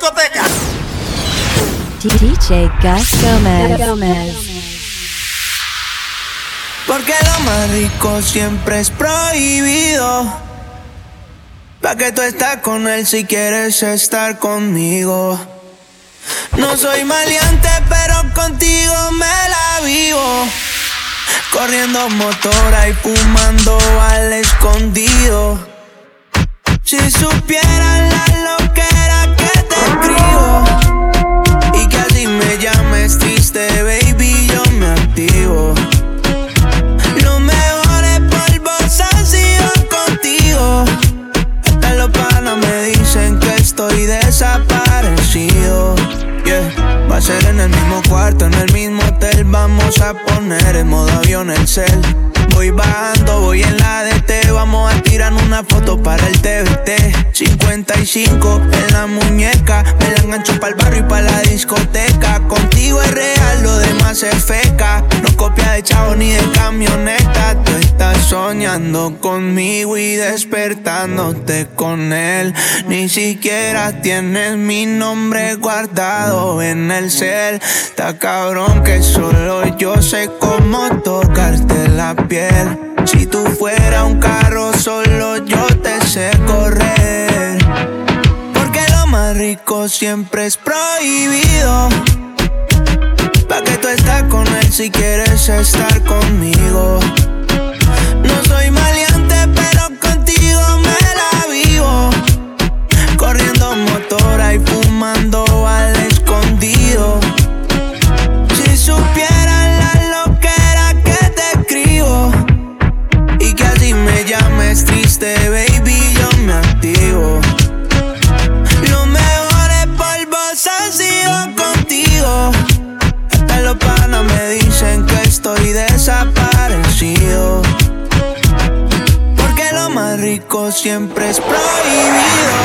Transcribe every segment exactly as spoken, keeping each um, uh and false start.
discoteca. D J Gus Gómez. Porque lo más rico siempre es prohibido. Pa' que tú estás con él si quieres estar conmigo. No soy maleante, pero contigo me la vivo. Corriendo motora y fumando al escondido. Si supieran la loquera que te escribo y que así me llames triste, baby, yo me activo. Los mejores polvos han sido contigo. Hasta los panas me dicen que estoy desaparecido. Yeah. Va a ser en el mismo cuarto, en el mismo hotel. Vamos a poner en modo avión el cel. Voy bajando, voy en la D T. Vamos a tirar una foto para el T V T. cincuenta y cinco en la muñeca. Me la engancho pa'l barrio y pa' la discoteca. Contigo es real, lo demás es feca. No copia de chavo ni de camioneta. Tú estás soñando conmigo y despertándote con él. Ni siquiera tienes mi nombre guardado en el cel. Está cabrón que solo yo sé cómo tocarte la piel. Si tú fueras un carro, solo yo te sé correr. Porque lo más rico siempre es prohibido. Pa' que tú estás con él si quieres estar conmigo. No soy maleante, pero contigo me la vivo. Corriendo motora y fumando al escondido. Si supieran la loquera que te escribo y que así me llames triste, baby, yo me activo. Los mejores polvos han sido contigo. Hasta los panas me dicen que estoy desaparecido. Porque lo más rico siempre es prohibido.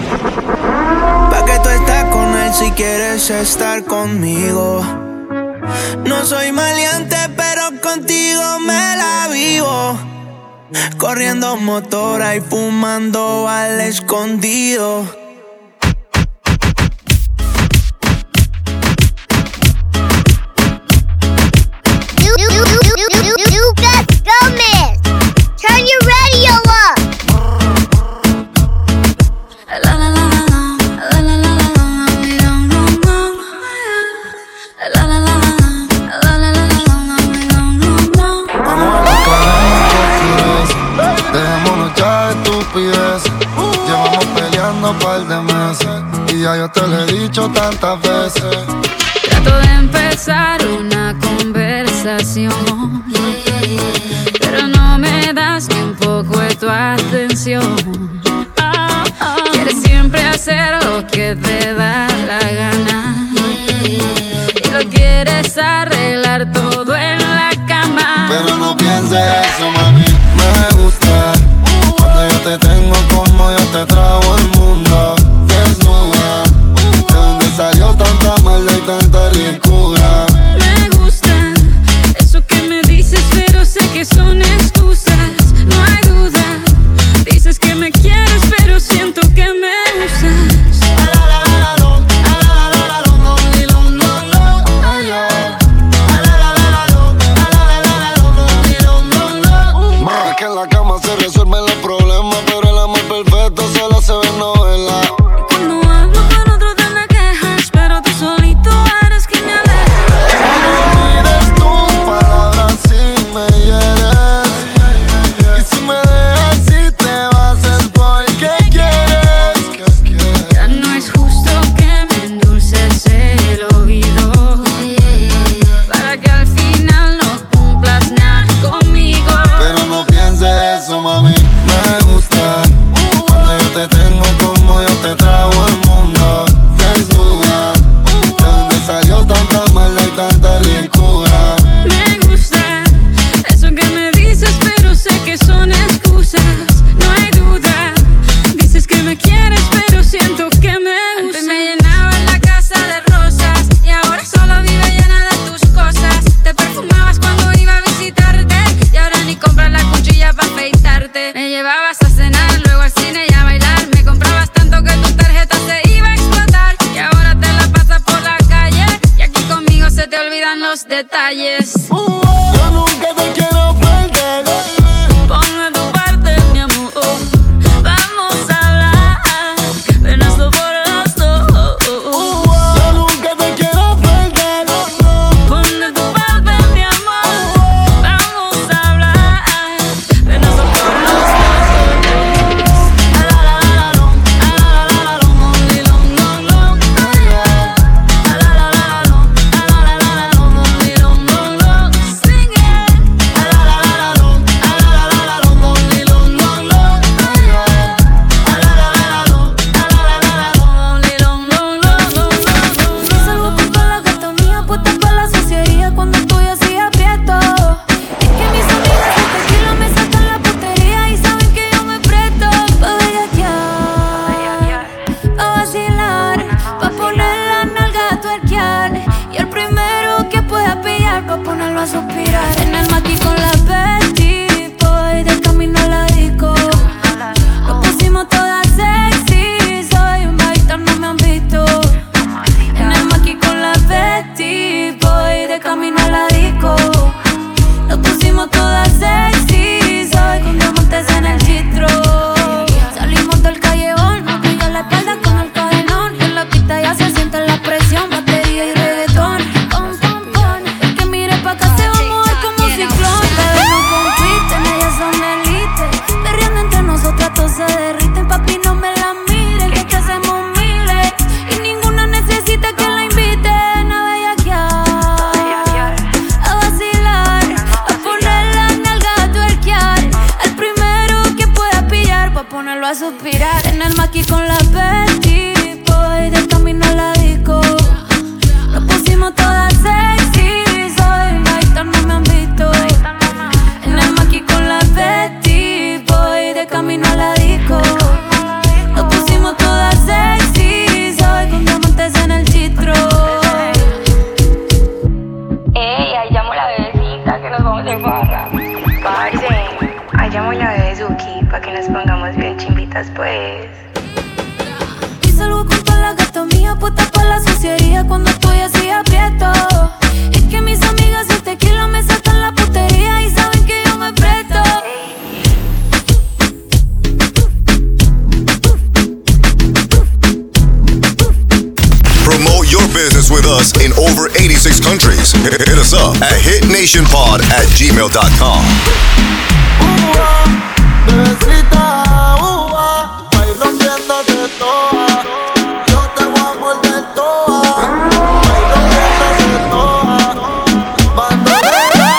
Pa' que tú estás con él si quieres estar conmigo. No soy maleante, pero contigo me la vivo. Corriendo motora y fumando al escondido. You, you, you, you, you, you, you Gus Gómez. Turn your radio up. La la la la la la la la la la la la la. Dejémonos ya de estupideces. Llevamos peleando un par de meses y ya yo te lo he dicho tantas veces. Trato de empezar una conversación, pero no me das ni un poco de tu atención. Oh, oh. Quieres siempre hacer lo que te da la gana y lo quieres arreglar todo en la cama. Pero no pienses eso, mami. Me gusta cuando yo te tengo como yo te trago el mundo. Desnuda, de donde salió tanta maldad y tanta ricura. Me gusta eso que me dices, pero sé que son excusas. No hay duda, dices que me quieres, pero siento que me usas. Es que en la cama se resuelven los problemas, pero el amor perfecto solo se ve en novela. Cuando hablo con otro te me quejas, pero tú solito eres quien me aleja. No mires tus palabras si me hieres, y si me dejas si te vas es porque quieres. Ya no es justo que me endulces el oído para que al final no cumplas nada conmigo. Pero no pienses eso, mami. Me vuelvo a suspirar. En el maqui con la Betty Boy, de camino a la disco. Nos pusimos todas sexy, soy Maita, no me han visto. En el maqui con la Betty Boy, de camino a la disco. Nos pusimos todas sexy, soy con diamantes en el chistro. Ey, ahí llamo la bebecita que nos vamos de barra. Parce, ahí llamo la bebé Zuki pa' que nos pongamos bien chimbitas pues. Y salgo con toda la gata mía puesta pa' la suciería cuando estoy así aprieto. Es que mis amigas el tequila me sacan la putería y saben que yo me presto. Promote your business with us in over eighty-six countries. Hit us up at hit nation pod at gmail dot com. Uva, bebecita, uva, va a ir rompiéndote toda. Yo te voy a morder toda. Va a ir rompiéndote toda. Bandolera,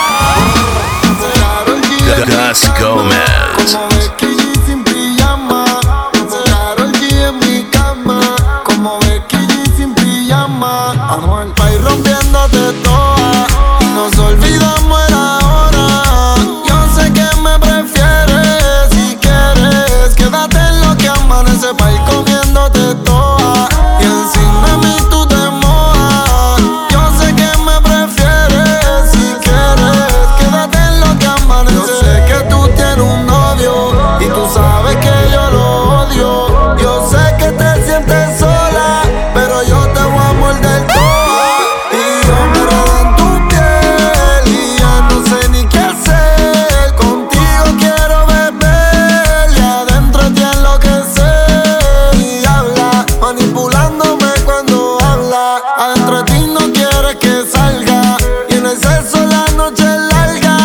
Karol G. Gus Gomez. Como Becky G sin pijama. Karol G en mi cama. Como Becky G sin pijama. Anuel, va a ir rompiéndote toda. Y nos olvidamos el ahora. Yo sé que me prefieres. Si quieres, quédate en lo que amanece. Pa' ir comiéndote toda. Y encima de mí tú te mojas. Yo sé que me prefieres. Si quieres, quédate en lo que amanece. Yo sé que tú tienes un novio y tú sabes que yo lo odio. Yo sé que te sientes sola, pero yo te voy a morder toda. Y yo me enredo en tu piel y ya no sé ni qué hacer. Contigo quiero beber y adentro te enloquecer. Y habla, manipulándome cuando habla. Adentro de ti no quieres que salga y en el sexo la noche es larga.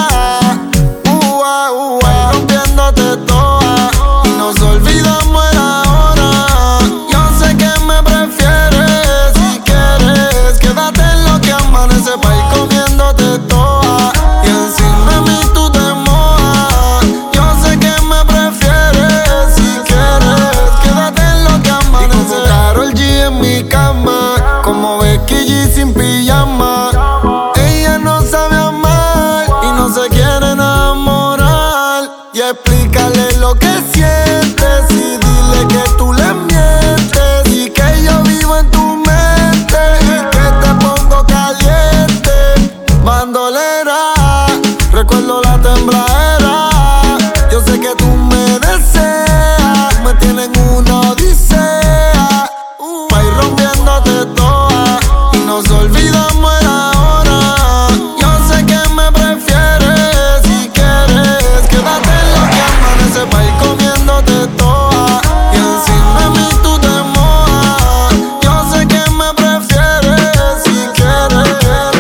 Ua, ua, rompiéndote toda y nos olvidamos el ahora. Yo sé que me prefieres. Si quieres, quédate en lo que amanece. Pa' ir comiéndote toda y encima de mí tú te mojas. Yo sé que me prefieres. Si quieres, quédate en lo que amanece. Y como Karol G en mi cama. Como Becky G sin pijama. Ella no sabe amar y no se quiere enamorar. Y explícale lo que sientes y dile que tú le mientes y que yo vivo en tu mente y que te pongo caliente. Bandolera, recuerdo la tembladera. Yo sé que tú me deseas, me tienen una odisea. Pa' ir rompiéndote toda y nos olvidamos el ahora. Yo sé que me prefieres. Si quieres, quédate en lo que amanece. Pa' ir comiéndote toda y encima de mí tú te mojas. Yo sé que me prefieres. Si quieres.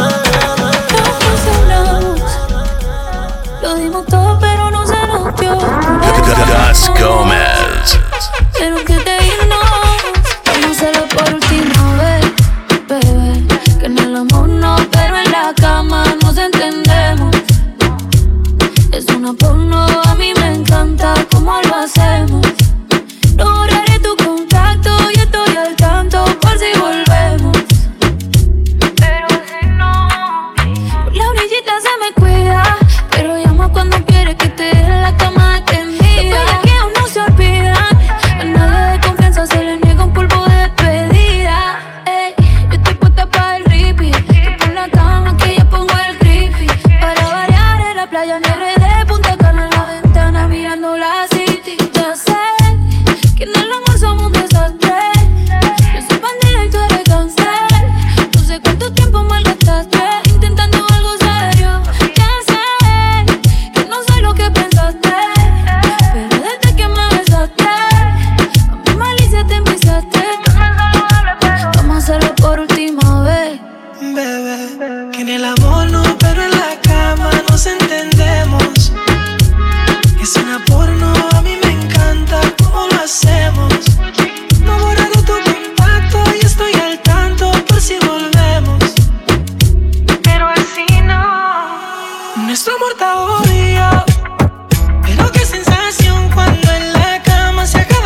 Nos hablamos, lo dimos todo pero no se nos dio. Gus Gomez. Quiero que te irnos, vamos a hacerlo por última vez, bebé. Que en el amor no, pero en la cama nos entendemos. Es una porno, a mí me encanta cómo lo hacemos. No borraré tu contacto y estoy al tanto por si volvemos. Pero si no, por la orillita se me cuida, pero llama cuando quiere que te dé en la cama extendida. Los que aún no se olvidan, a nadie de confianza se le niega un polvo de despedida. Ey, yo estoy puesta para el repeat, tú pon la cama que yo pongo el creepy. Para variar en la playa en R D, Punta Cana en la ventana mirando la city. Ya sé que en el amor somos un desastre. Yo soy bandida y tú eres cáncer. No sé cuánto tiempo malgastaste intentando algo serio. Ya sé que no soy lo que pensaste, pero desde que me besaste a mi malicia te empezaste. Vamos a hacerlo por última vez, Bebé, que en el amor no, pero en la cama nos entendemos. Es una porno, a mí me encanta cómo lo hacemos. No he borrado tu contacto y estoy al tanto por si volvemos. Pero así no, nuestro amor está obvio. Pero qué sensación cuando en la cama se acaba.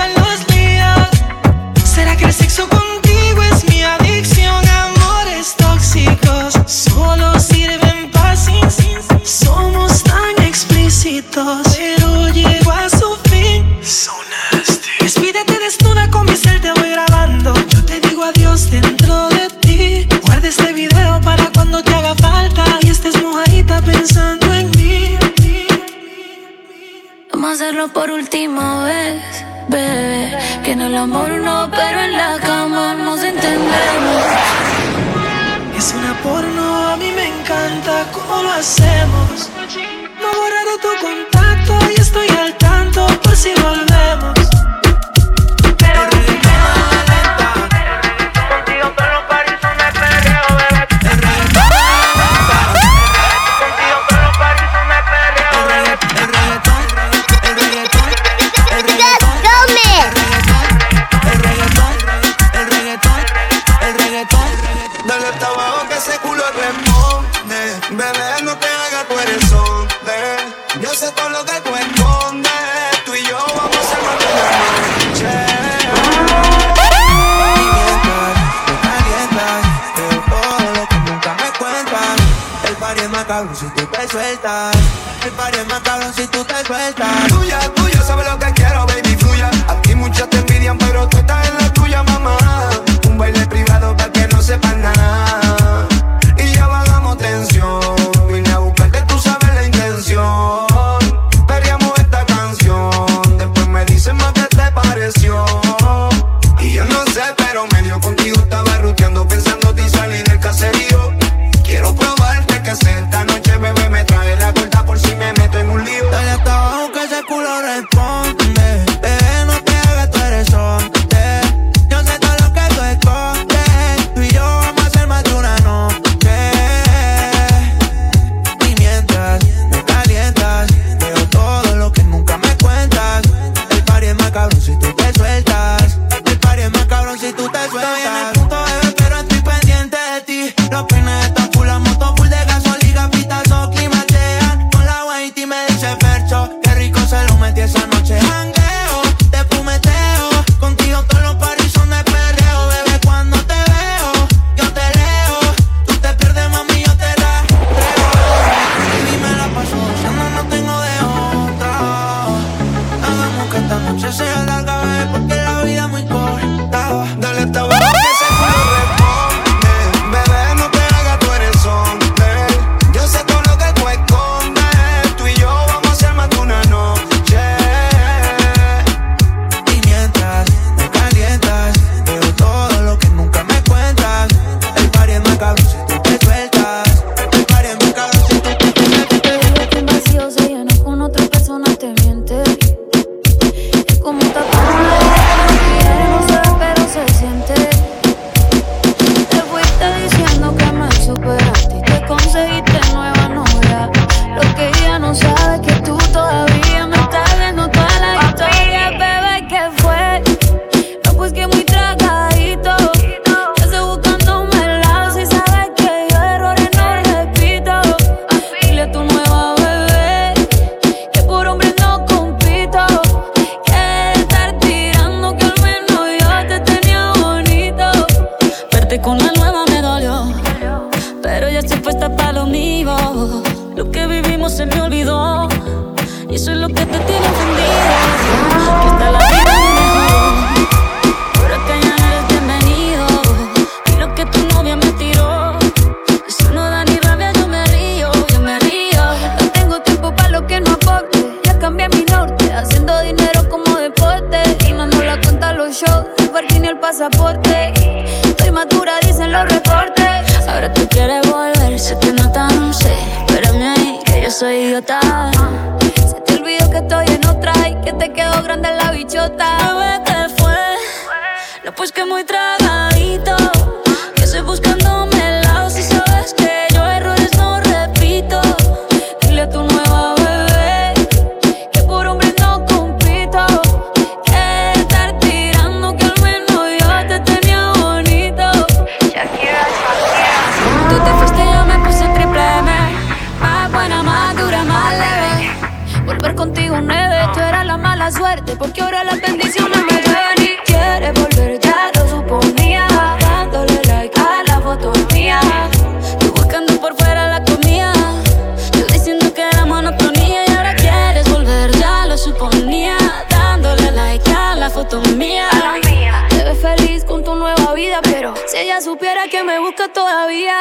hacerlo por última vez, bebé. Que en el amor no, pero en la cama nos entendemos. Es una porno, a mí me encanta cómo lo hacemos. No he borrado tu contacto y estoy al tanto por si volvemos. Pero el reggaetón lenta, contigo todos los parties son de perreo, bebé. El reggaetón lenta, contigo todos los parties son de perreo, bebé. El reggaetón, el reggaetón, el reggaetón, el reggaetón, el reggaetón, el reggaetón. Dale hasta abajo que ese culo responde. Bebé, no te hagas, tú eres hombre. Yo sé todo lo que tú escondes. Tú y yo vamos a hacer más de la noche. Y mientras te calientas, veo todo lo que nunca me cuentas. El party es más cabrón si tú te sueltas. El party es más cabrón si tú te sueltas. Tuya, tuya, sabes lo que quiero, baby, fluya. Aquí muchas te envidian, pero tú estás en la tuya, mamá. Un baile privado para que no sepan nada. Y ya bajamos tensión. Vine a buscarte, tú sabes la intención. Veríamos esta canción. Después me dicen más qué te pareció. Y yo no sé, pero medio contigo estaba ruteando, pensándote y salir del caserío. Quiero probarte que sé esta noche, bebé, me trae la corta por si me meto en un lío. Dale hasta abajo que ese culo responde. Bebé, no te hagas, tú eres hombre. Yo sé todo lo que tú escondes. Tú y yo vamos a hacer más de una noche. Y mientras me calientas, veo todo lo que nunca me cuentas. El party es más cabrón si tú te sueltas. El party es más cabrón si tú te sueltas. Estoy en el punto, bebé, pero estoy pendiente de ti. Los peines están full, la moto full de gasolina, pitazo, climatean. Con la Whitey me dice Fercho, qué rico se lo metí esa noche. Jangueo, te fumeteo, contigo todos los parties son de perreo. Bebé, cuando te veo, yo te leo. Tú te pierdes, mami, yo te rastreo. Baby, me la paso gozando, no tengo de otra. Hagamos que esta noche sea larga, bebé, porque la vida es muy corta. Dale hasta abajo que ese culo responde. Bebé, no te hagas, tú eres hombre. Yo sé todo lo que tú escondes. Tú y yo vamos a hacer más de una noche. Y mientras me calientas, veo todo lo que nunca me cuentas. El party es más cabrón si tú te sueltas. El party es más cabrón si tú te sueltas. Bebé, que un vacío se llena con otra persona, te miente. Es como un tapón, no quiere, no se ve, pero se siente. Te fuiste diciendo que me superaste y te conseguiste nueva novia. Lo que ella no sabe es que tú todavía me estás viendo toda la historia. Bebé, ¿qué fue? No, pues que muy tragadito. Yo estoy buscándome el lado. Si sabes que yo errores no repito. Dile a tu nueva bebé que por hombre no compito. Que estar tirando, que al menos yo te tenía bonito. Verte con la nueva me dolió, pero ya estoy puesta para lo mío. Lo que vivimos se me olvidó, y eso es lo que te tiene ofendido. Que hasta la vida me mejoró, pero que ya no eres bienvenido. Y lo que tu novia me tiró, eso no da ni rabia, yo me río, yo me río. No tengo tiempo para lo que no aporte, ya cambié mi norte, haciendo dinero como deporte. Y mando la cuenta a los shows, el parking y el pasaporte. Estoy madura, dicen los reportes. Ahora tú quieres volver, se te nota, no sé. Espérame ahí, que yo soy idiota. Se te olvidó que estoy en otra y que te quedó grande la bichota. Bebé, ¿qué fue? No, pues que muy tragadito. Que estoy buscándome el lado. Si sabes que yo errores no repito. Dile a tu nueva bebé que por hombre no compito. Que estar tirando, que al menos yo te tenía bonito. Shakira, Shakira. Tú te fuiste, yo me puse triple M. Más buena, más dura, más leve. Volver contigo nueve, tú eras la mala suerte, porque ahora las bendiciones me llueven. Y quieres volver, ya lo suponía. Dándole like a la foto mía. Tú buscando por fuera la comida. Yo diciendo que era monotonía. Y ahora quieres volver, ya lo suponía. Dándole like a la foto mía. Te ves feliz con tu nueva vida, pero si ella supiera que me busca todavía.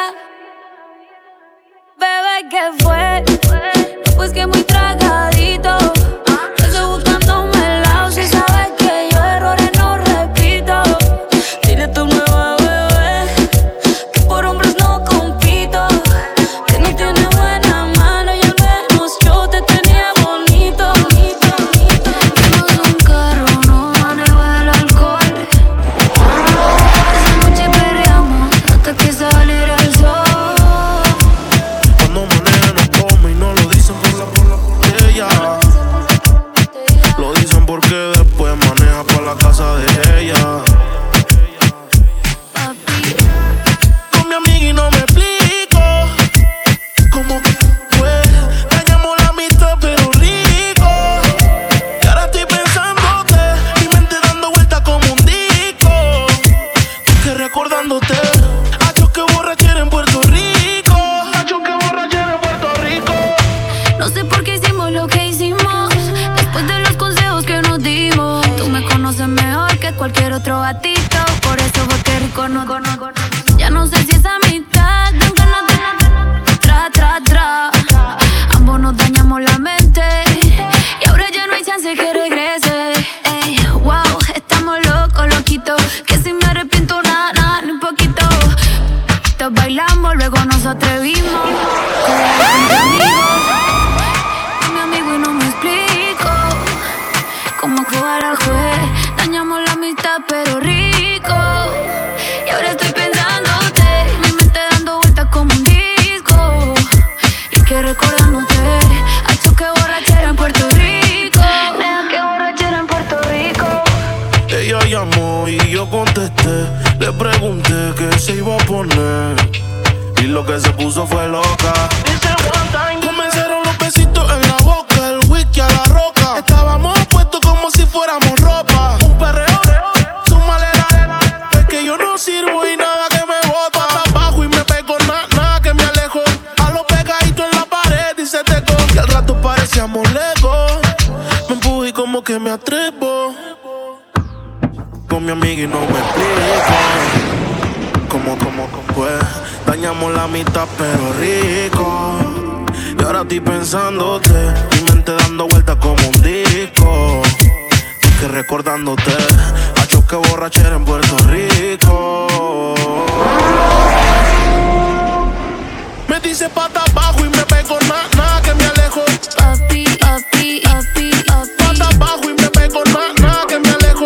Bebé, ¿qué fue? No, pues que muy tragadito. Yo estoy buscando porque después maneja pa' la casa de ella. Papi, Con mi amiga y no me explico cómo fue. Dañamos la amistad pero rico. Y ahora estoy pensándote, mi mente dando vueltas como un disco. Que recordándote, acho que borrachera en Puerto Rico. Acho que borrachera en Puerto Rico. no sé por qué hicimos lo que hicimos. Después de los consejos que nos dimos, tú me conoces mejor que cualquier otro gatito. Por eso fue que rico no, no, no. Ya no sé si esa amistad dan ganas de tra, tra, tra. Ambos nos dañamos la mente y ahora ya no hay chance que regrese. Ey, wow, estamos locos, loquitos. Que si me arrepiento nada, nada, ni un poquito. Todos bailamos, luego nos atrevimos. Como entre amigos. Con mi amigo y no me explico cómo jugar fue. Dañamos la amistad pero rico. Y ahora estoy pensándote, mi mente dando vueltas como un disco. Y que recordándote, acho que borrachera en Puerto Rico. Nena, que borrachera en Puerto Rico. Ella llamó y yo contesté. Le pregunté qué se iba a poner y lo que se puso fue loca. Comenzaron los besitos en la boca, el whisky a la roca. Estábamos puestos como si fuéramos ropa. Un perreo, su malera. Es que yo no sirvo y nada que me bota. Abajo y me pego, nada, nada que me alejo. A los pegaditos en la pared y se tecó. Y al rato parecíamos lejos. Me empujé y como que me atrevo. Con mi amiga y no me explico cómo, cómo, cómo fue. Dañamos la mitad pero rico. Y ahora estoy pensándote, mi mente dando vueltas como un disco. Que recordándote, acho que borrachera en Puerto Rico. Me dice pata abajo y me pego, nada, nada que me alejo. Papi, papi, papi, papi. Pata abajo y me pego, nada, nada que me alejo.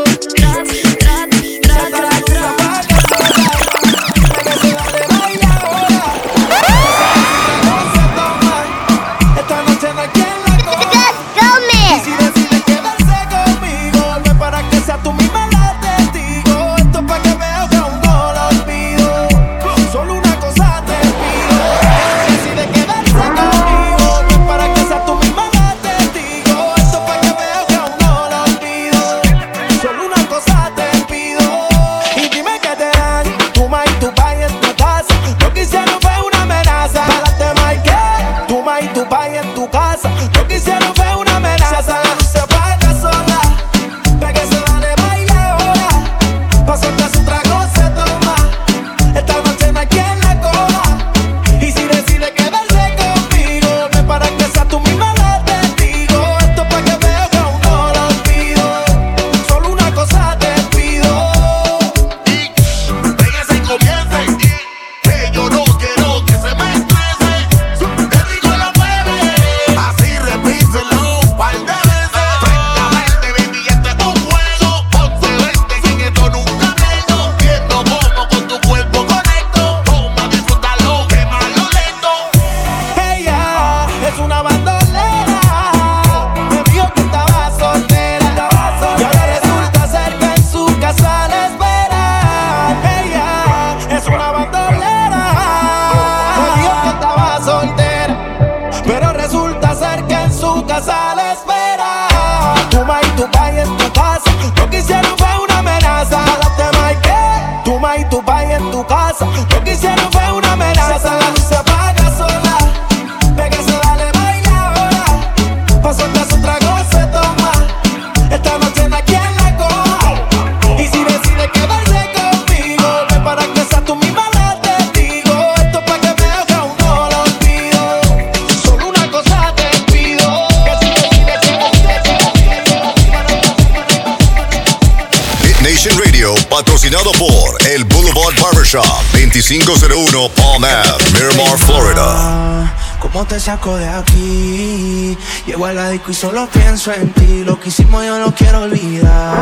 Patrocinado por el Boulevard Barbershop, veinticinco cero uno Palm Ave, Miramar, Florida. ¿Cómo te saco de aquí? Llego a la disco y solo pienso en ti. Lo que hicimos yo no quiero olvidar.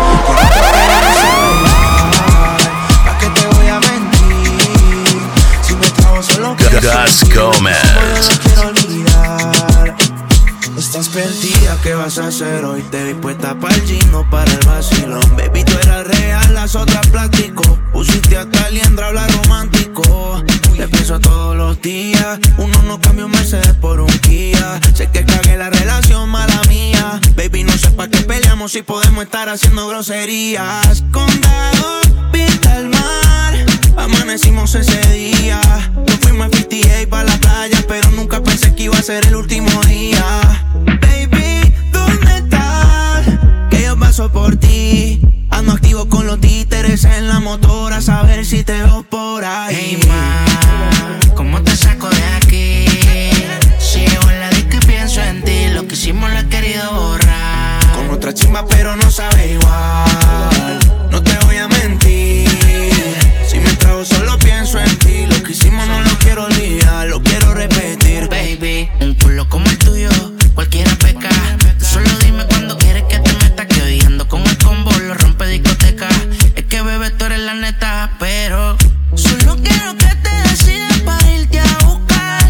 ¿Para qué te voy a mentir? Si me trago solo pienso Gus en ti. Gomez. Lo que hicimos yo no quiero olvidar. Estás perdida, ¿qué va a vas a hacer hoy? Te vi puesta para el gino, para el vacilón. Baby, tú eras real, las otras plástico. Pusiste hasta liendra, habla romántico. Te pienso todos los días. Uno no cambia un Mercedes por un Kia. Sé que cagué la relación, mala mía. Baby, no sé pa' qué peleamos si podemos estar haciendo groserías. Condado, pinta el mar. Amanecimos ese día. Nos fuimos a cincuenta y ocho pa' la playa, pero nunca pensé que iba a ser el último día. Baby, ¿dónde estás? Que yo paso por ti. Ando activo con los títeres en la motora, a saber si te veo por ahí. Hey, ma, ¿cómo te saco de aquí? Si llevo en la disco y pienso en ti, lo que hicimos lo he querido borrar. Con otra chimba pero no sabe igual. No te voy a mentir. Si me trago solo pienso en ti. Lo que hicimos no lo quiero olvidar, lo quiero repetir. Baby, un culo como el tuyo, cualquiera peca. Tú solo dime cuando quieres que te meta, que hoy ando con el combo, lo rompe discoteca. Es que bebé tú eres la neta, pero solo quiero que te decidas para irte a buscar.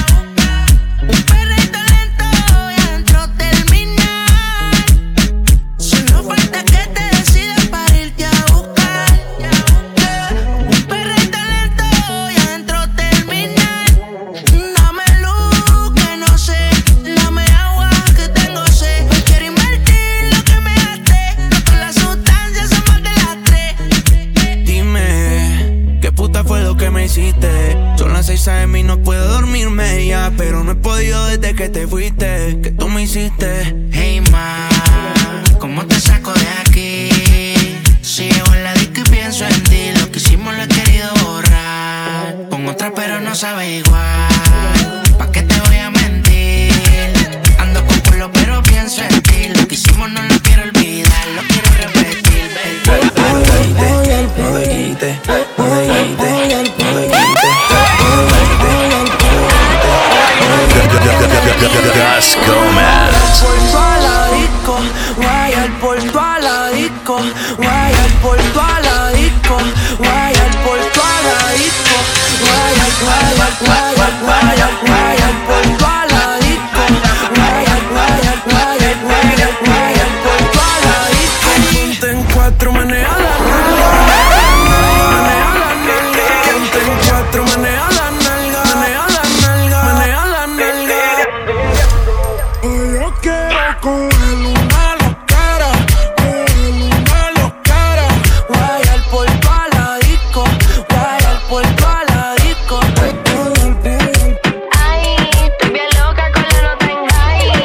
Un perrito lento y adentro terminar. Solo falta que te decidas para irte a buscar. Un perrito lento y adentro terminar. Dame luz que no sé, dame agua que tengo sed. Hoy quiero invertir lo que me gasté, no con las sustancias son más de las tres. Dime, ¿qué puta fue lo que me hiciste? Son las seis a eme y no puedo dormirme ya, pero no he podido desde que te fuiste. ¿Qué tú me hiciste? Hey, ma, ¿cómo te saco de aquí? Si llevo en la disco y pienso en ti, lo que hicimos lo he querido borrar. Con otra pero no sabe igual, ¿pa' qué te voy a mentir? Ando con culo pero pienso en ti, lo que hicimos no lo quiero olvidar, lo quiero repetir, baby. No te quites, no te quites, no te quites, no te quites. Gus Gomez. Puerto a la disco, vaya al puerto a la disco, vaya al puerto a la disco, vaya al puerto a la disco, vaya, vaya, vaya, vaya, vaya al puerto a la disco, vaya, vaya, vaya, vaya, vaya al puerto a la disco. Ponte en cuatro, menea la nalga, menea la nalga, ponte en cuatro, menea la nalga, menea la nalga, menea la nalga. Yo quiero coger una locara, coger una locara. Vaya al puerto a la disco, vaya al puerto a la disco. Ay, estoy bien loca con la nota en high.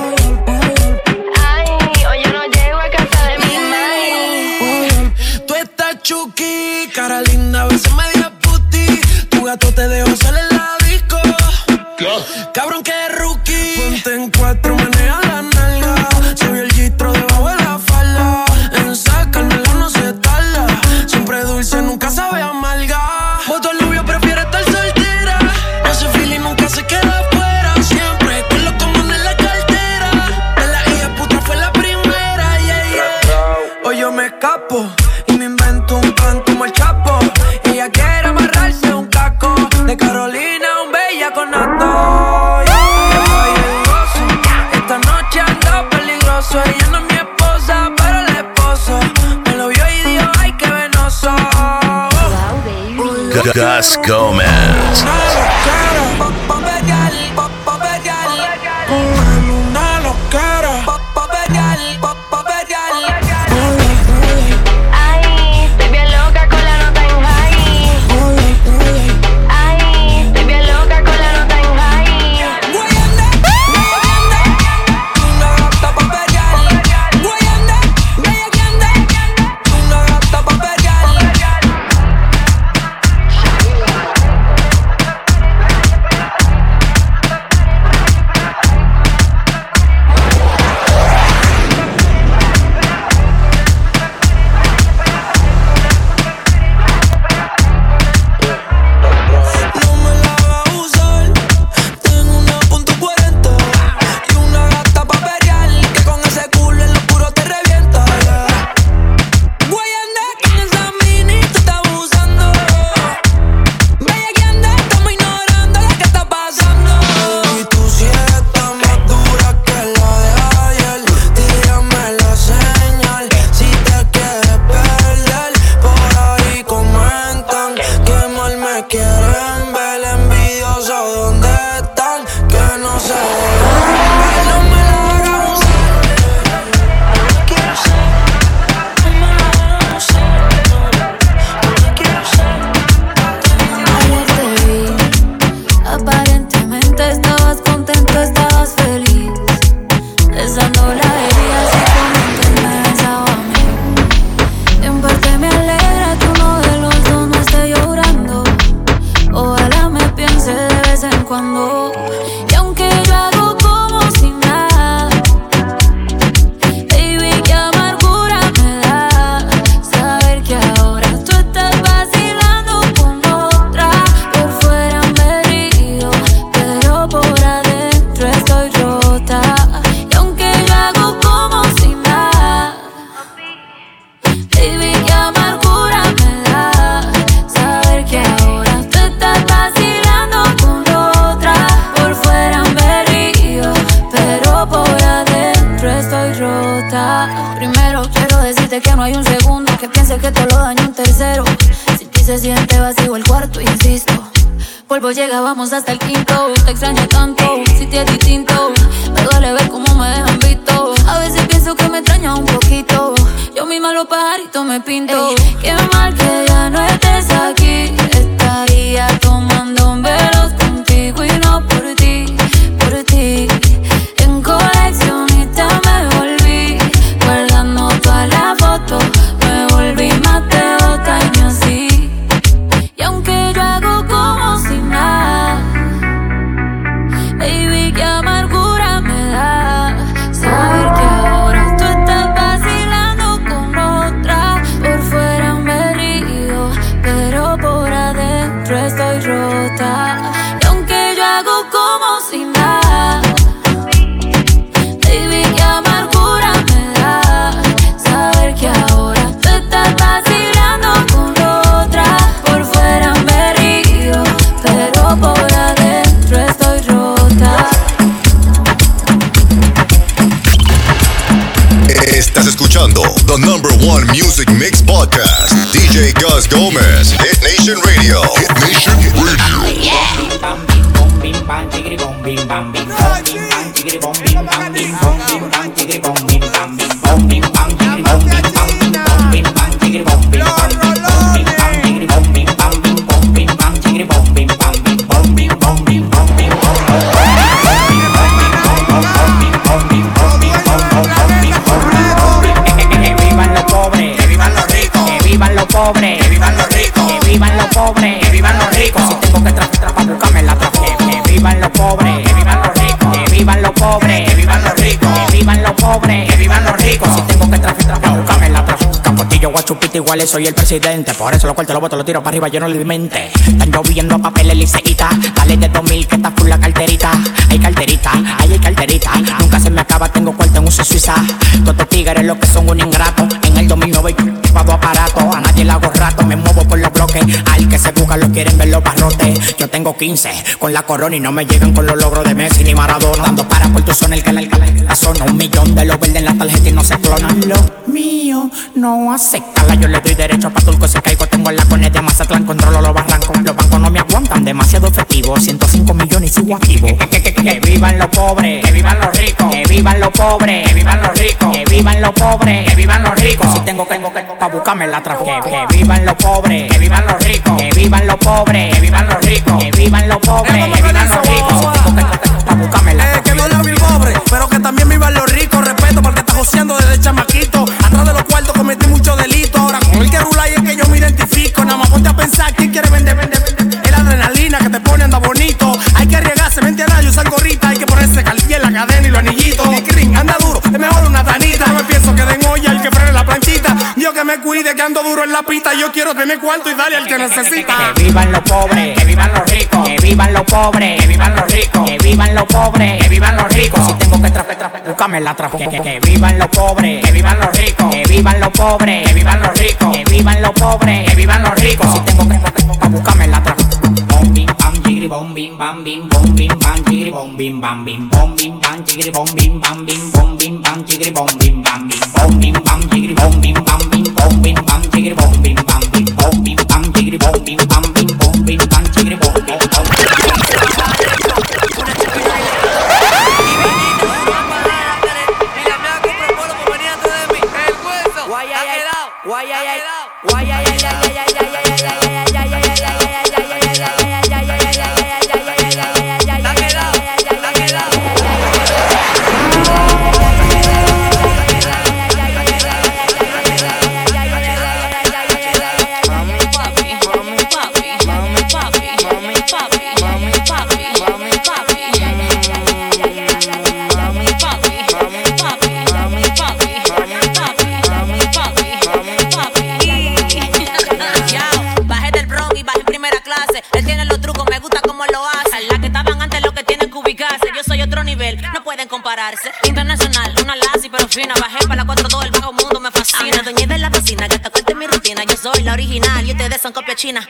Ay, hoy yo no llego a casa de mi mãe. Tú estás chuki, cara linda, a veces media puti. Tu gato te dejó salir en la disco. Cabrón que rookie. Ponte en cuatro, menea la nalga. Se vio el gistro debajo de la falda. En sacármela no se tarda. Siempre dulce, nunca sabe amarga. Voto el novio, prefiere estar soltera. No se fila y nunca se queda afuera. Siempre con los comunes en la cartera. De la hija puta fue la primera, yeah, yeah. Hoy yo me escapo y me invento un plan como el Chapo. Ella quiere amarrarse un caco. De Carolina, un bella con nato. Esta noche ando peligroso. Ella no es mi esposa, pero el esposo me lo vio y dijo, ay, qué venoso. Gus Gomez. Una locara. Ay, estoy bien loca con la nota en high. Ay, estoy bien loca con la nota en high. Una gata pa' pelear. Una gata pa' pelear. rota. Primero quiero decirte que no hay un segundo que piense que te lo daño un tercero. Si ti se siente vacío el cuarto, insisto. Polvo llega, vamos hasta el quinto. Te extraño tanto, si te es distinto. Me duele ver cómo me dejan visto. A veces pienso que me extraña un poquito. Yo misma los pajaritos me pinto. Ey, qué mal que ya no estés aquí. Estaría tomando velos contigo y no por ti, por ti. En coleccionista me volví, guardando todas las fotos. Me volví más tacaño así. Y aunque yo hago como si nada, baby, qué amargura me da saber que ahora tú estás vacilando con otra. Por fuera me río, pero por adentro estoy rota. Y aunque yo hago como si nada, baby, qué amargura me da saber que ahora tú estás vacilando con otra. Por fuera me río, pero por adentro estoy rota. Estás escuchando the number one music mix podcast, D J Gus Gomez, Hit Nation Radio. Hit Nation Radio. Pobres, que vivan los ricos, que vivan los pobres, que vivan los ricos. Si tengo que traficar para buscarme la trafique. Que vivan los pobres, que vivan los ricos, que vivan los pobres, que vivan los ricos, que vivan los pobres, que vivan los ricos. Si tengo que traficar para buscarme la trafique. Capotillo, guachupita, igual soy el presidente. Por eso lo cuarto lo boto, lo tiro para arriba, yo no le mente. Están lloviendo papeles liceíta. Dale de dos mil que está full la carterita. Hay carterita, hay, hay carterita. Nunca se me acaba, tengo cuarto en uso Suiza. Todos estos tigres lo que son un ingrato. En el dos mil nueve equipado aparato. A nadie le hago rato, me muevo por los bloques. Al que se busca lo quieren ver los barrotes. Yo tengo quince con la corona y no me llegan con los logros de Messi ni Maradona. Dando para por tu zona el que la, la zona. Un millón de los verdes en la tarjeta y no se clonan. Lo mío no acepta. Yo le doy derecho pa' turco se caigo. Tengo la cone de Mazatlán, controlo los barrancos. Los bancos no me aguantan, demasiado efectivo. ciento cinco millones y sigo activo. Que, que, que, que, que vivan los pobres, que vivan los ricos. Que vivan los pobres, que vivan los ricos. Que vivan los pobres, que vivan los ricos. Si tengo que, tengo que pa' buscarme la trafique. Que, que vivan los pobres, que vivan los ricos. Que vivan los pobres, que vivan los ricos. Que vivan los pobres, que vivan los ricos. Si tengo que pa' buscarme la trafique. Que vivan los pobres, pero que también vivan los ricos. Respeto porque estás joseando desde chamaquito. Atrás de los cuartos cometí mucho delito. Ahora con el que rula y es que yo me identifico. Nada más ponte a pensar quién quiere vender, vender, vender. Es la adrenalina que te pone anda bonito. Hay que arriesgarse, mente a nada, usar gorrita. Hay que ponerse calilla en la cadena y los anillitos. Mi crin, anda duro, es mejor una tanita. No me pienso que den olla el que frene la planchita. Dios que me cuide que ando duro en la pista. Yo quiero tener cuarto y darle al que necesita. Que vivan los pobres, que vivan los ricos. Que vivan los pobres, que vivan los ricos. Que vivan los pobres, que vivan los ricos. Si tengo que trafe, trafe, buscame la trafe. Que, que vivan los pobres, que vivan los ricos. Que vivan los pobres, que vivan los ricos. Que vivan los pobres, que vivan los ricos. Si tengo que pa' buscarme la trafe. Bom bim bam chigiri bom bim bam bim bom bim bam chigiri bom bim bam bim bom bim bam chigiri bom bim bam bim bom bim bam chigiri bom bim bam bim bom bim bam chigiri bom bim bam bim bom bim bam chigiri bom bim bam bim bom bim bam chigiri bom bim bam bim bom bim bam chigiri bom bim bam. Internacional, una lazi pero fina. Bajé para la cuatro dos, el bajo mundo me fascina. A doña de la cocina, que te cuente mi rutina. Yo soy la original y ustedes son copia china.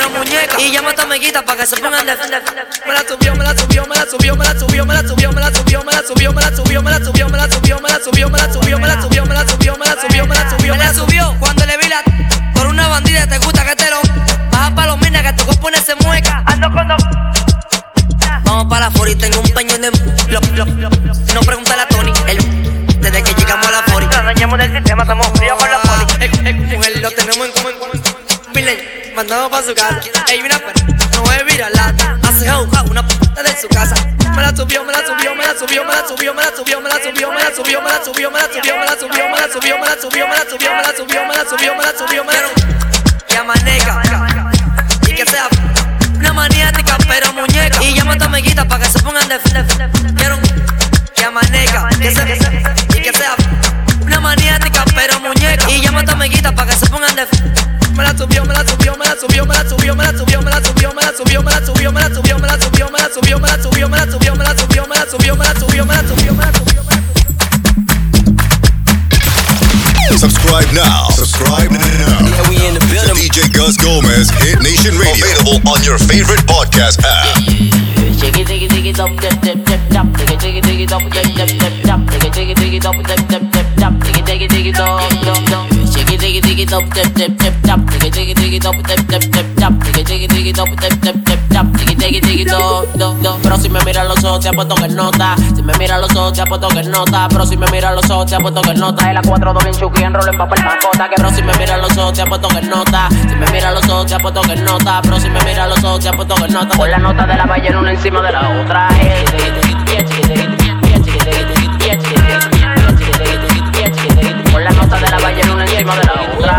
pero muñeca. Y llama a tu amiguita pa' que se pongan de frente. Me la subió, me la subió, me la subió, me la subió, me la subió, me la subió, me la subió, me la subió, me la subió, me la subió, me la subió, me la subió, me la subió, me la subió, me la subió, me la subió, me la subió. Cuando le vi la por una bandida te gusta que te lo baja pa' los minas que tu cuerpo se mueca. Ando con dos. Vamos pa' la fori, tengo un peñón de blop, blop, blop. No pregúntale a Tony, el desde que llegamos a la fori. Nos dañamos del sistema, estamos fríos con la poli. El, el, mujer, lo tenemos en común. Milen, mandamos pa' su casa. Ey, una perra, no es viralata. Hace jauja, una puta de su casa. Me la subió, me la subió, me la subió, me la subió, me la subió, me la subió, me la subió, me la subió, me la subió, me la subió, me la subió, me la subió, me la subió, me la subió, me la subió, me la subió, me la subió. Y amanezca, y que sea una maniática, pero muñeca. Y llama a tu amiguita pa' que se pongan de frente. Quiero que amanezca, que se, y que sea una maniática, pero muñeca. Y llama a tu amiguita pa' que se pongan de frente. Me la subió, me la subió, me la subió, me la subió, me la subió, me la subió, me la subió, me la subió, me la subió, me la subió, me la subió, me la subió, me la subió, me la subió, me la subió, me la subió, me la subió, me la subió. Subscribe now. Subscribe now. Yeah, we in the building. D J Gus Gomez, Hit Nation Radio. Available on your favorite podcast app. Jiggy jiggy jiggy dop dip dip dip dop. Jiggy jiggy jiggy dop dip dip dip dop. Jiggy jiggy jiggy dop dip dip dip dop. Jiggy jiggy jiggy dop dop dop. Jiggy jiggy jiggy dop dip dip dip dop. Jiggy jiggy jiggy dop dip dip dip dop. Jiggy jiggy jiggy dop dip dip dip dop. Jiggy jiggy jiggy dop dop dop. Pero si me mira los ojos te apuesto que nota. Si me mira los ojos te apuesto que nota. Pero si me mira los ojos te apuesto que nota. Y la cuatro dos bien chuki en rol en papel macota. Que pero si me mira los ojos te apuesto que nota. Si me mira los ojos te apuesto que nota. Pero si me mira los ojos te apuesto que nota. Con la nota de la ballena una encima de la otra. Con la nota de la ballena una encima de la otra.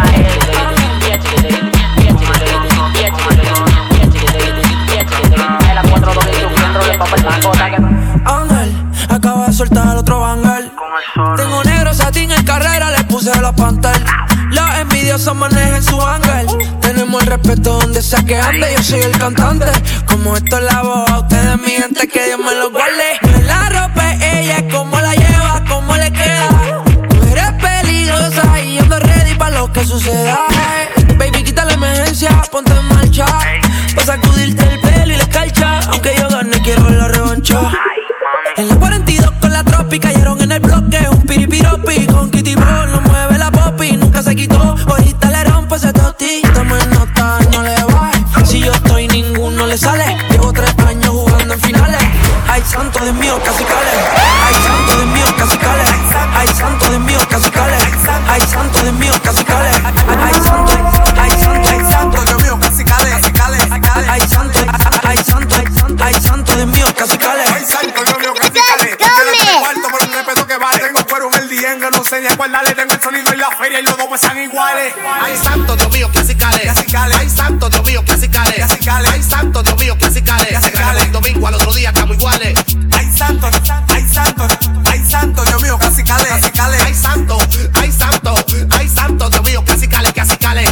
La cuatro dos bien chuki en rol en papel macota. Ángel, acaba de soltar otro banger. Tengo negro satín en carrera, le puse la pantalla. Los envidiosos manejan su ángel. Tenemos el respeto donde sea que ande. Yo soy el cantante. Como esto es la voz, a ustedes mi gente, que Dios me lo guarde. No es la ropa, es ella, cómo la lleva, cómo le queda. Tú eres peligrosa y yo ando ready pa' lo que suceda. Baby, quita la emergencia, ponte en marcha. Pa' sacudirte el pelo y la escarcha. Aunque yo gane, quiero la revancha. En la cuarenta y dos con la tropi, cayeron en el bloque. Un piripiropi con Kitty Bro, lo mueve la popi, nunca se quitó. Ahorita le rompe ese toti. Toma nota, no le baje. Si yo estoy, ninguno le sale. Llevo tres años jugando en finales. Ay, santo Dios mío, casi cale. Ay, santo Dios mío, casi cale. Ay, santo Dios mío, casi cale. Ay, santo Dios mío, casi cale. Ay, santo, ay, santo, ay, santo Dios mío, casi cale. Ay, santo, ay, santo, ay, santo Dios mío, casi cale. Ay, santo Dios mío, casi cale. Cuarto por el respeto que vale. Tengo fuero en el diengue, no sé ni a cuál darle. Tengo el sonido y la feria y los dos pesan iguales. Ay, santo Dios mío, casi cale. Ay, santo Dios mío, casi cale. Ay, santo Dios mío, casi cale. El domingo al otro día estamos iguales. Ay, santo, ay, santo, ay, santo Dios mío, casi cale. Ay, santo, ay, santo, ay, santo Dios mío, casi cale, casi cale.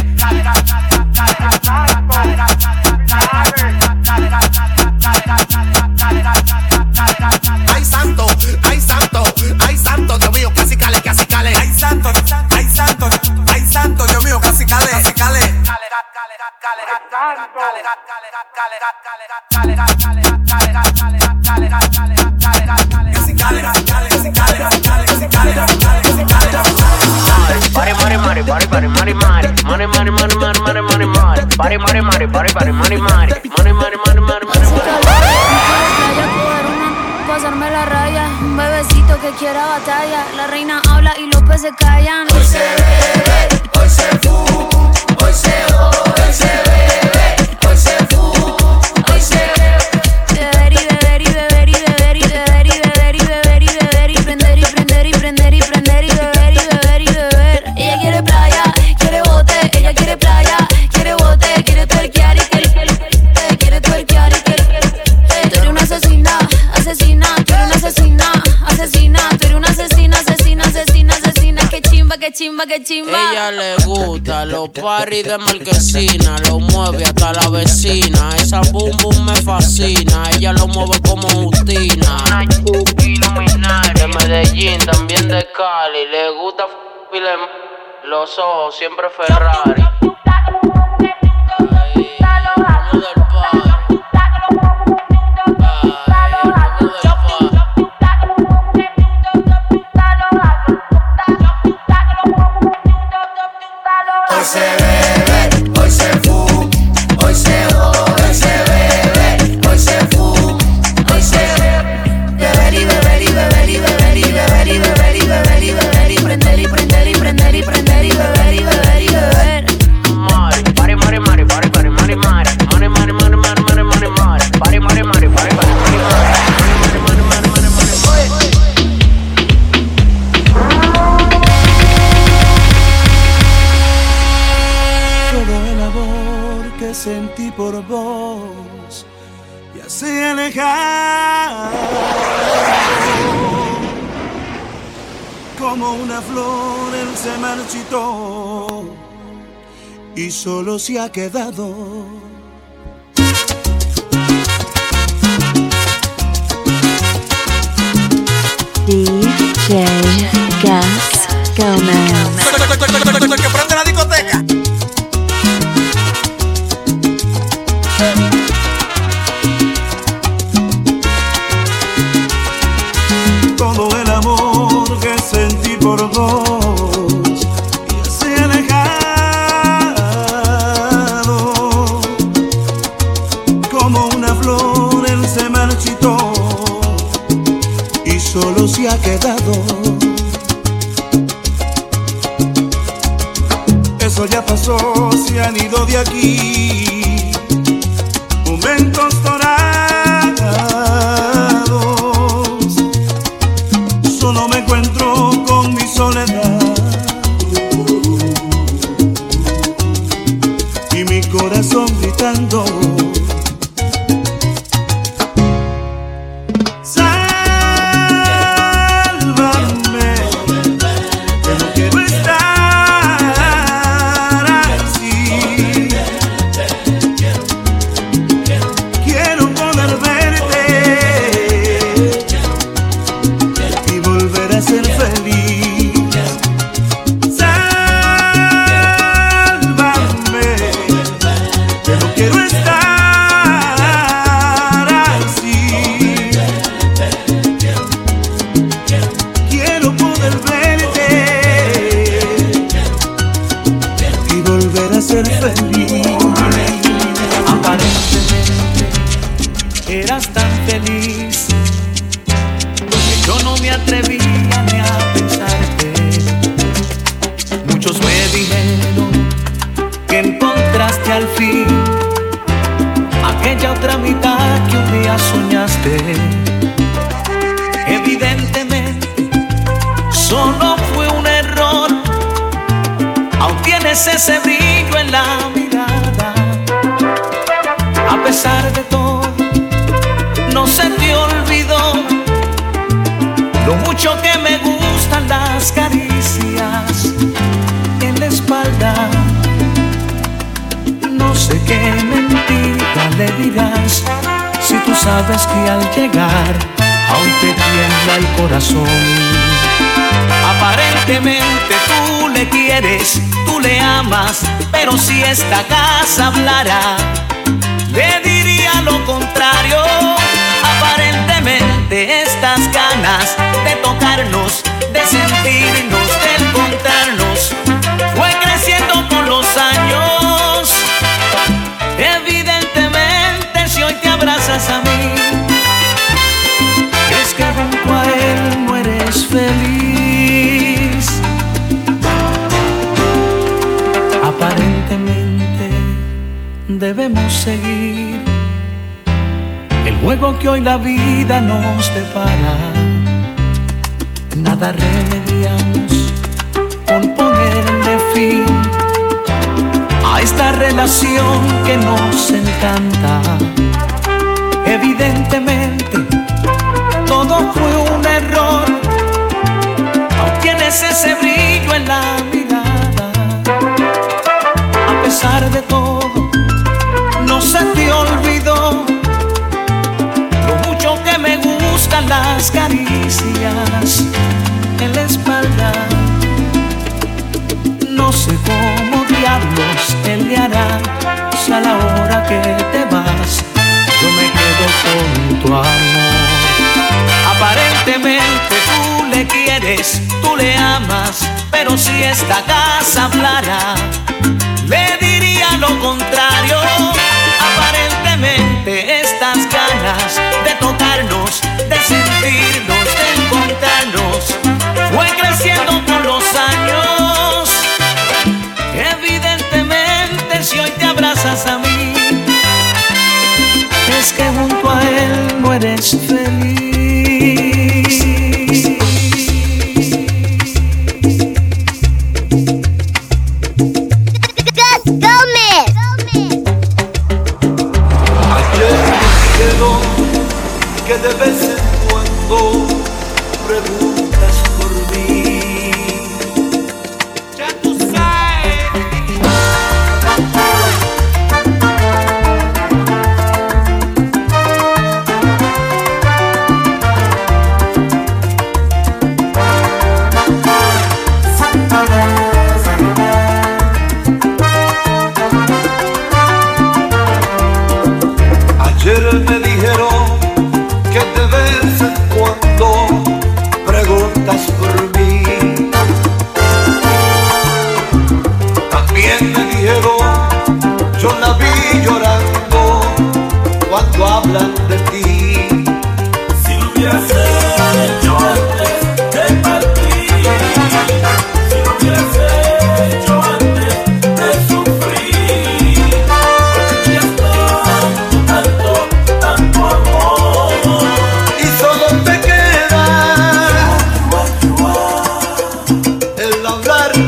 Ay, santo, ay, santo, ay, santo Dios mío, casi cale, casi cale. Ay, santo, ay, santo, ay, santo Dios mío, casi cale, casi cale. Party, party, party, party, party, party, money, money, money, money, money, money, money, money, party, party, party, party, party, money, money, money, money, money, money, money. Pasarme la raya, un bebecito que quiera batalla. La reina habla y los peces callan. Hoy se bebe, hoy se fu, hoy se jode, hoy se bebe, hoy se fu, hoy se bebe. Beber y beber y beber y beber y beber y beber y beber y beber y prender y prender y prender y prender y beber y beber y beber. Ella quiere playa, quiere bote, ella quiere playa, quiere bote, quiere twerkear y quiere, quiere twerkear y quiere. Tú eres una asesina, asesina, tú eres una asesina, asesina, tú eres una asesina, asesina, asesina, asesina. Que chimba, que chimba, que chimba. Ella le gusta los parties de Marquesina, lo mueve hasta la vecina. Esa boom boom me fascina, ella lo mueve como Justina. Una chuki iluminada de Medellín, también de Cali. Le gusta f***le los ojos, siempre Ferrari. Ay. sentí por vos ya se alejaron, como una flor él se marchitó y solo se ha quedado D J Gus Gomez. Que prende la discoteca. todo el amor que sentí por vos ya se ha alejado, como una flor él se marchitó y solo se ha quedado. Eso ya pasó, se han ido de aquí momentos dorados. Solo me encuentro con mi soledad y mi corazón gritando. Evidentemente solo fue un error, aún tienes ese brillo en la mirada. A pesar de todo, no se te olvidó lo mucho que me gustan las caricias en la espalda. No sé qué mentira le dirás, si tú sabes que al llegar aún te tiembla el corazón. Aparentemente tú le quieres, tú le amas, pero si esta casa hablara, le diría lo contrario. Aparentemente estas ganas de tocarnos, de sentirnos, de encontrarnos, fue creciendo con los años. Evidentemente si hoy te abrazas a mí, es que junto a él no eres feliz. Aparentemente debemos seguir el juego que hoy la vida nos depara. Nada remediamos con ponerle fin a esta relación que nos encanta. Evidentemente todo fue un error, aún tienes ese brillo en la mirada. A pesar de todo, no se te olvidó lo mucho que me gustan las caricias en la espalda. No sé cómo diablos él le hará si a la hora que te vas yo me quedo con tu amor. Aparentemente tú le quieres, tú le amas, pero si esta casa hablara, le diría lo contrario. Aparentemente estas ganas de tocarnos, de sentirnos, de encontrarnos, fue creciendo con los años. Evidentemente si hoy te abrazas a mí, es que junto a él no eres feliz. que de vez en cuando preguntas por mí. Ya tú sabes. Ayer me dijeron que de vez en cuando preguntas por mí. También me dijeron, yo la vi llorando cuando hablan de ti. Si lo hubieras hecho antes de partir, si lo hubieras hecho antes de sufrir, porque ya tanto, tanto amor y solo te queda el hablar de mí.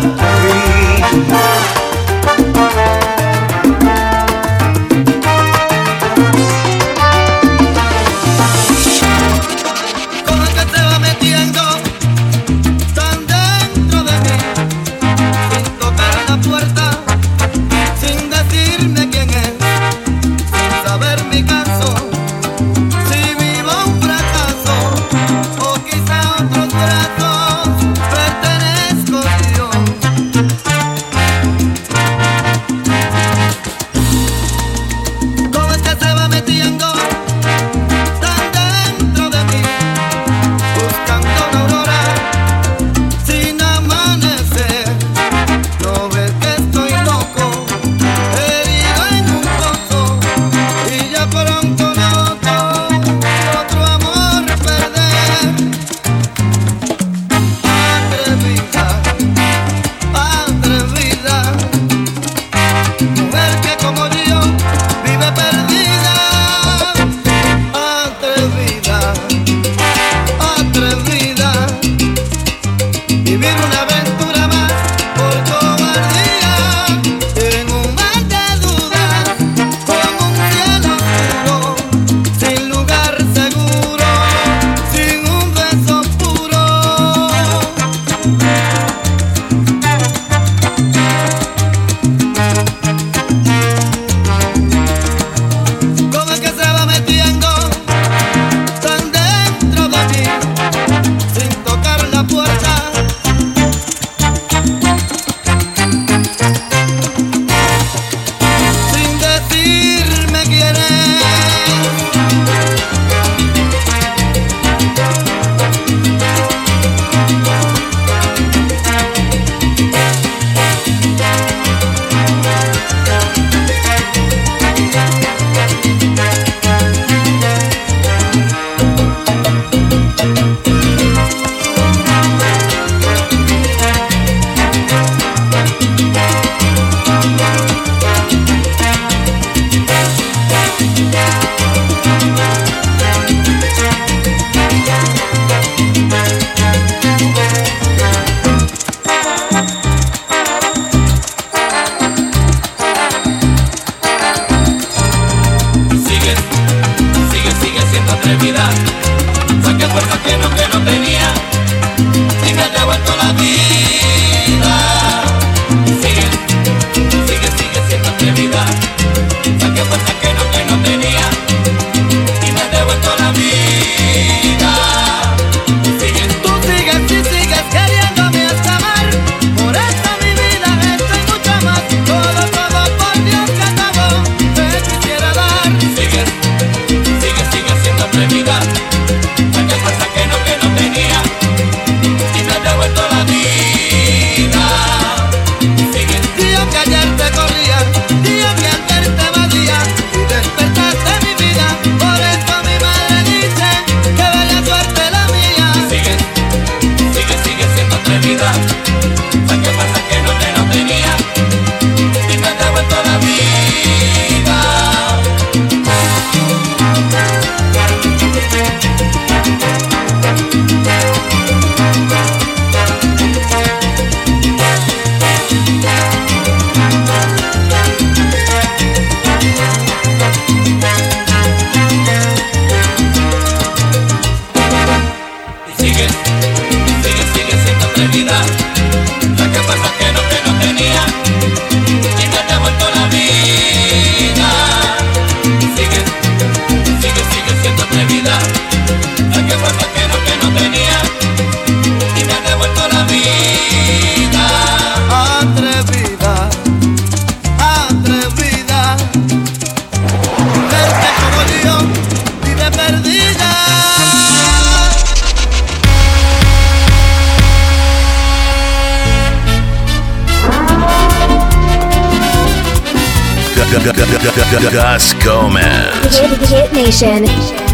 Gus Gomez. Hit Nation.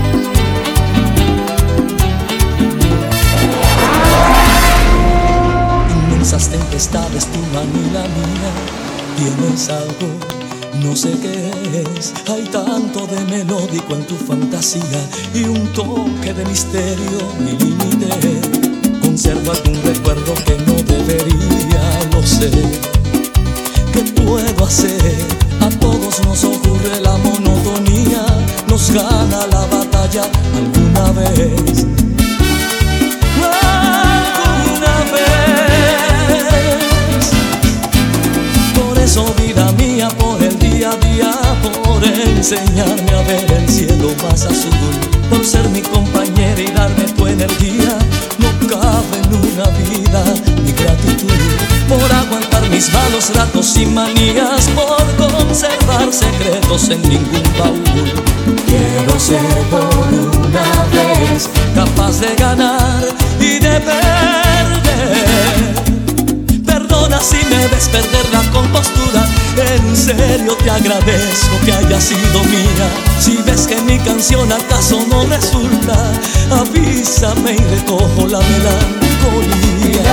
Inmensas tempestades turban y la mía. Tienes algo, no sé qué es. Hay tanto de melódico en tu fantasía y un toque de misterio y límite. Conservo algún recuerdo que no debería, lo sé. ¿Qué puedo hacer? A todos nos ocurre la monotonía. Nos gana la batalla alguna vez. Alguna vez. Por eso, vida mía, por el día a día, por enseñarme a ver el cielo más azul, por ser mi compañera y darme tu energía. No cabe en una vida mi gratitud, por aguantar mis malos ratos y manías, por conservar secretos en ningún baúl. Quiero ser por una vez capaz de ganar y de perder. Perdona si me ves perder la compostura. En serio te agradezco que hayas sido mía. Si ves que mi canción acaso no resulta, avísame y recojo la melancolía.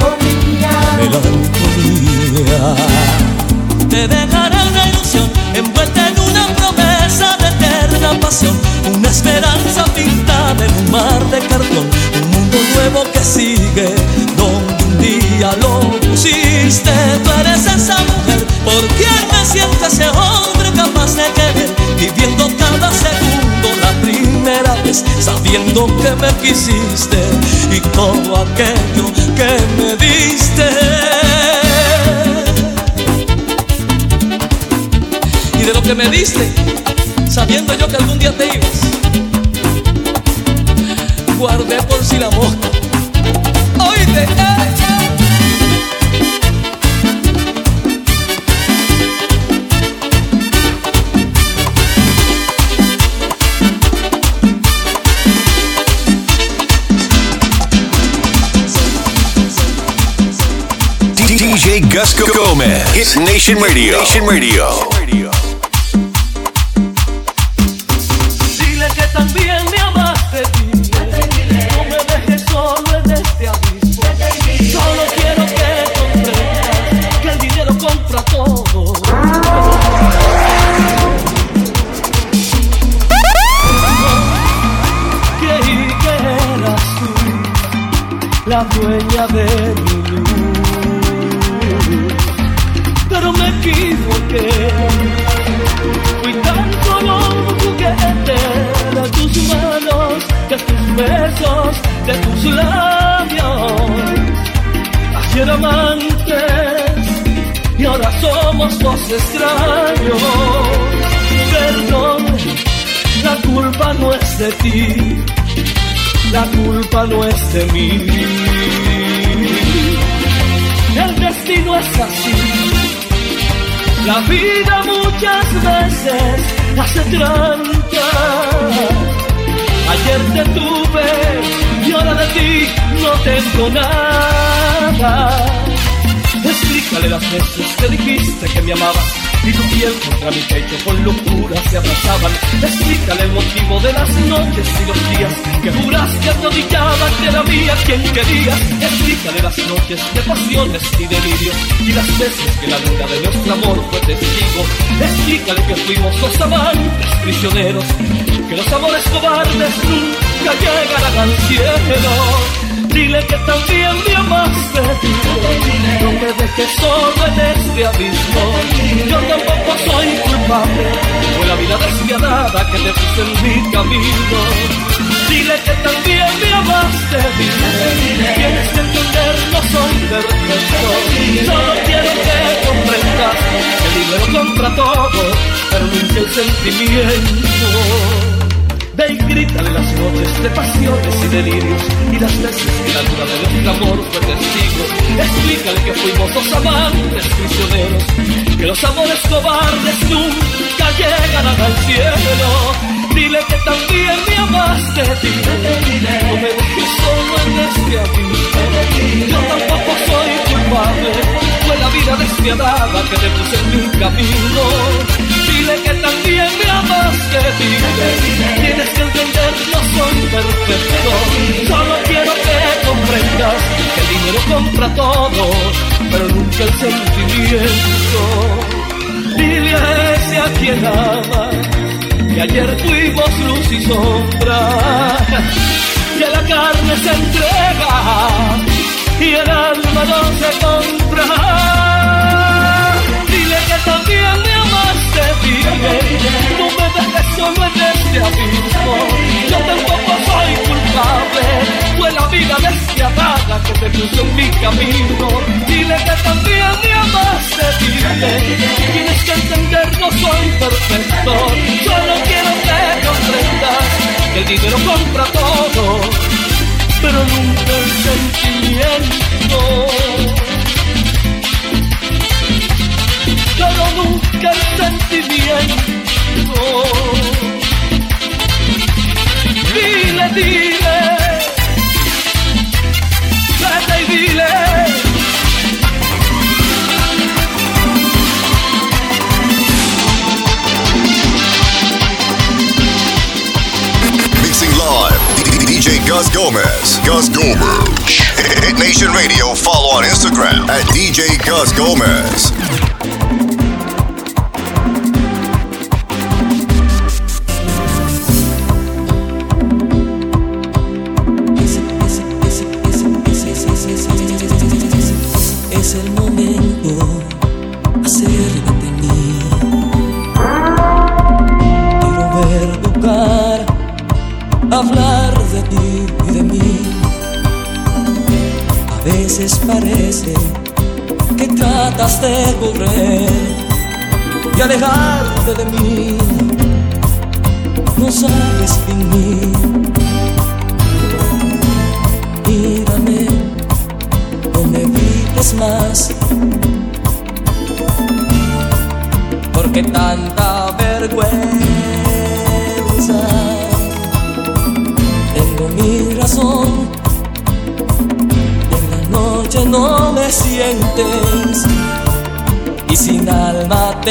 Melancolía. Te dejaré una ilusión envuelta en una promesa de eterna pasión, una esperanza pintada en un mar de cartón, un mundo nuevo que sigue donde un día lo pusiste. Tú eres esa mujer por quien me siento ese hombre capaz de querer, viviendo cada segundo la primera vez, sabiendo que me quisiste y todo aquello que me diste. Y de lo que me diste, sabiendo yo que algún día te ibas, guardé por si la mosca. Oíste, eh. D J Gus Gomez, Hit Nation Radio. Nation Radio. Dile que también me amaste, dile. No me dejes solo en este abismo. Solo quiero que comprendas que el dinero compra todo. Creí que eras tú la dueña de mi luz, pero me equivoqué. Fui tan solo un juguete de tus manos, de tus besos, de tus labios. Ayer amantes y ahora somos dos extraños. Perdón, la culpa no es de ti, la culpa no es de mí. El destino es así. La vida muchas veces hace trampa. Ayer te tuve y ahora de ti no tengo nada. Explícale las veces que dijiste que me amabas y tu piel contra mi pecho con locura se abrazaban. Explícale el motivo de las noches y los días que juraste arrodillada que era mía quien querías. Explícale las noches de pasiones y delirios y las veces que la luna de nuestro amor fue testigo. Explícale que fuimos dos amantes prisioneros, que los amores cobardes nunca llegarán al cielo. Dile que también me amaste, dile, no me dejes solo en este abismo. Yo tampoco soy culpable, fue la vida despiadada que te puse en mi camino. Dile que también me amaste, dile, tienes que entender, no soy perfecto. Solo quiero que comprendas que el dinero compra todo, pero nunca el sentimiento. Ve y grítale las noches de pasiones y delirios y las veces que la luna de nuestro amor fue testigo. Explícale que fuimos dos amantes prisioneros, que los amores cobardes nunca llegarán al cielo. Dile que también me amaste, dile, no me dejes solo en este abismo. Yo tampoco soy culpable, fue la vida despiadada que te puse en mi camino. perfecto. Solo quiero que comprendas que el dinero compra todo, pero nunca el sentimiento. Dile a ese a quien amas que ayer fuimos luz y sombra, que la carne se entrega y el alma no se compra. Dile que también me amaste, dile, no me dejes solo en este abismo. Yo tampoco soy culpable, fue la vida despiadada que te puso en mi camino. Dile que también me amaste, dile, tienes que entender, no soy perfecto. Solo quiero que comprendas que el dinero compra todo, pero nunca el sentimiento. Pero nunca el sentimiento. Dile, dile, vete y dile. Mixing live, D J Gus Gomez. Gus Gomez. Hit Nation Radio. Follow on Instagram at D J Gus Gomez. Es el momento, acércate a mí. Quiero ver tu cara, hablar de ti y de mí. A veces parece que tratas de correr y alejarte de mí. No sabes fingir. Mírame, no me evites más, porque tanta vergüenza. Tengo mi razón, y en la noche no me sientes, y sin alma te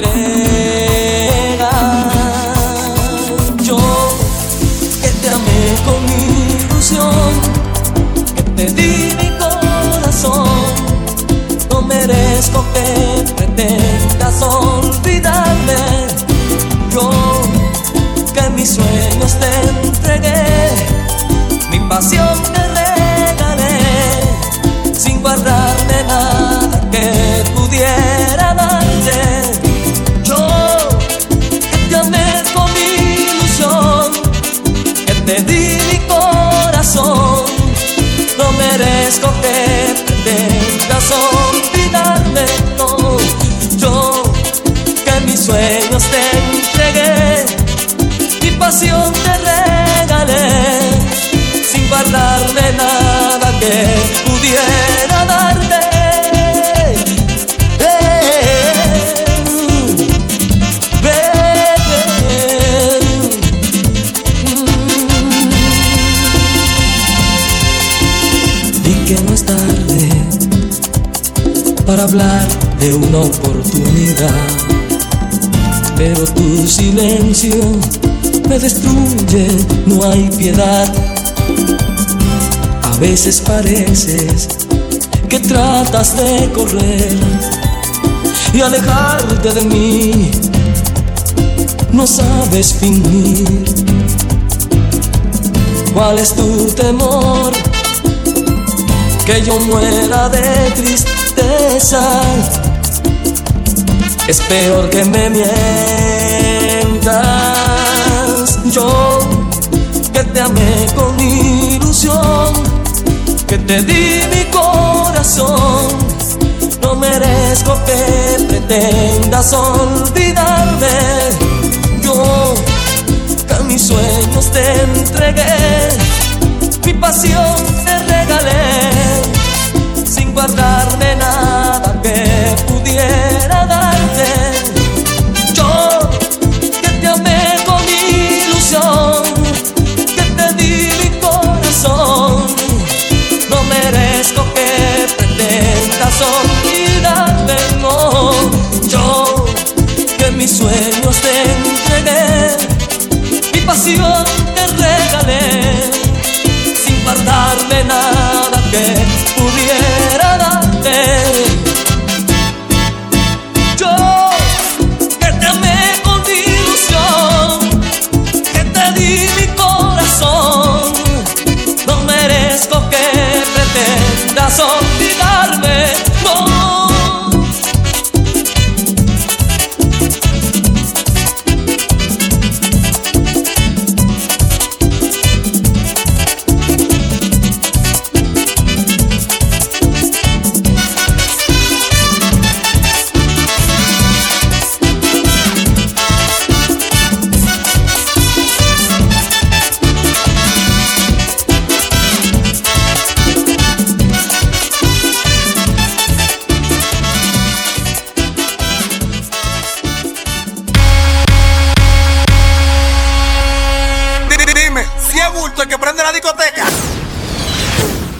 entregas. Yo que te amé con ilusión, que te di mi corazón, no merezco que pretendas olvidarme. Yo que mis sueños te entregué, mi pasión te regalé, sin guardarme nada que pudiera darte. Yo que te amé con ilusión, que te di mi corazón, no merezco que pretendas olvidarme, no. Yo que mis sueños te entregué, mi pasión te regalé, sin guardarme nada que pudiera darte. Que no es tarde para hablar de una oportunidad, pero tu silencio me destruye, no hay piedad. A veces pareces que tratas de correr y alejarte de mí, no sabes fingir. ¿Cuál es tu temor? Que yo muera de tristeza. Es peor que me mientas. Yo que te amé con ilusión, que te di mi corazón, no merezco que pretendas olvidarme. Yo que a mis sueños te entregué, mi pasión te regalé, sin guardarme nada que pudiera darte. Yo que te amé con ilusión, que te di mi corazón, no merezco que pretendas olvidarme, no. Yo que mis sueños te entregué, mi pasión te regalé,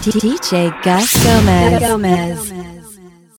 D J Gus Gomez. Gomez.